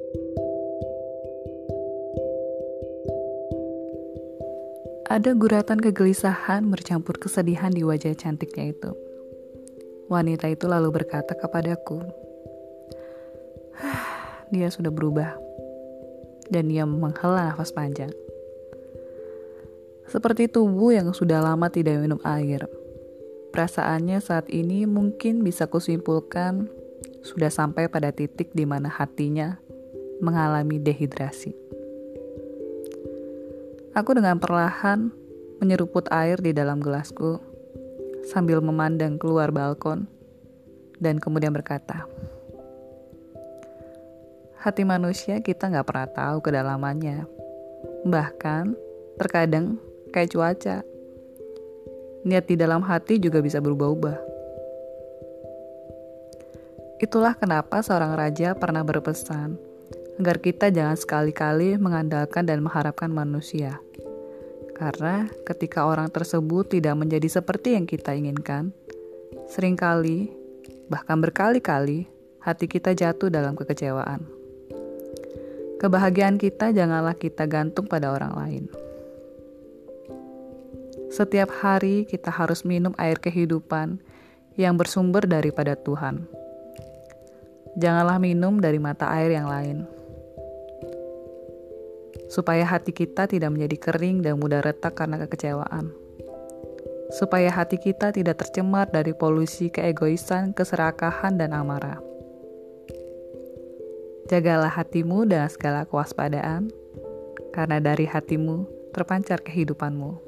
Ada guratan kegelisahan bercampur kesedihan di wajah cantiknya itu. Wanita itu lalu berkata kepadaku, dia sudah berubah. Dan dia menghela nafas panjang. Seperti tubuh yang sudah lama tidak minum air. Perasaannya saat ini mungkin bisa kusimpulkan sudah sampai pada titik di mana hatinya mengalami dehidrasi. Aku dengan perlahan menyeruput air di dalam gelasku sambil memandang keluar balkon dan kemudian berkata, hati manusia kita gak pernah tahu kedalamannya. Bahkan terkadang kayak cuaca, niat di dalam hati juga bisa berubah-ubah. Itulah kenapa seorang raja pernah berpesan agar kita jangan sekali-kali mengandalkan dan mengharapkan manusia. Karena ketika orang tersebut tidak menjadi seperti yang kita inginkan, seringkali, bahkan berkali-kali, hati kita jatuh dalam kekecewaan. Kebahagiaan kita janganlah kita gantung pada orang lain. Setiap hari kita harus minum air kehidupan yang bersumber daripada Tuhan. Janganlah minum dari mata air yang lain. Supaya hati kita tidak menjadi kering dan mudah retak karena kekecewaan. Supaya hati kita tidak tercemar dari polusi keegoisan, keserakahan, dan amarah. Jagalah hatimu dengan segala kewaspadaan, karena dari hatimu terpancar kehidupanmu.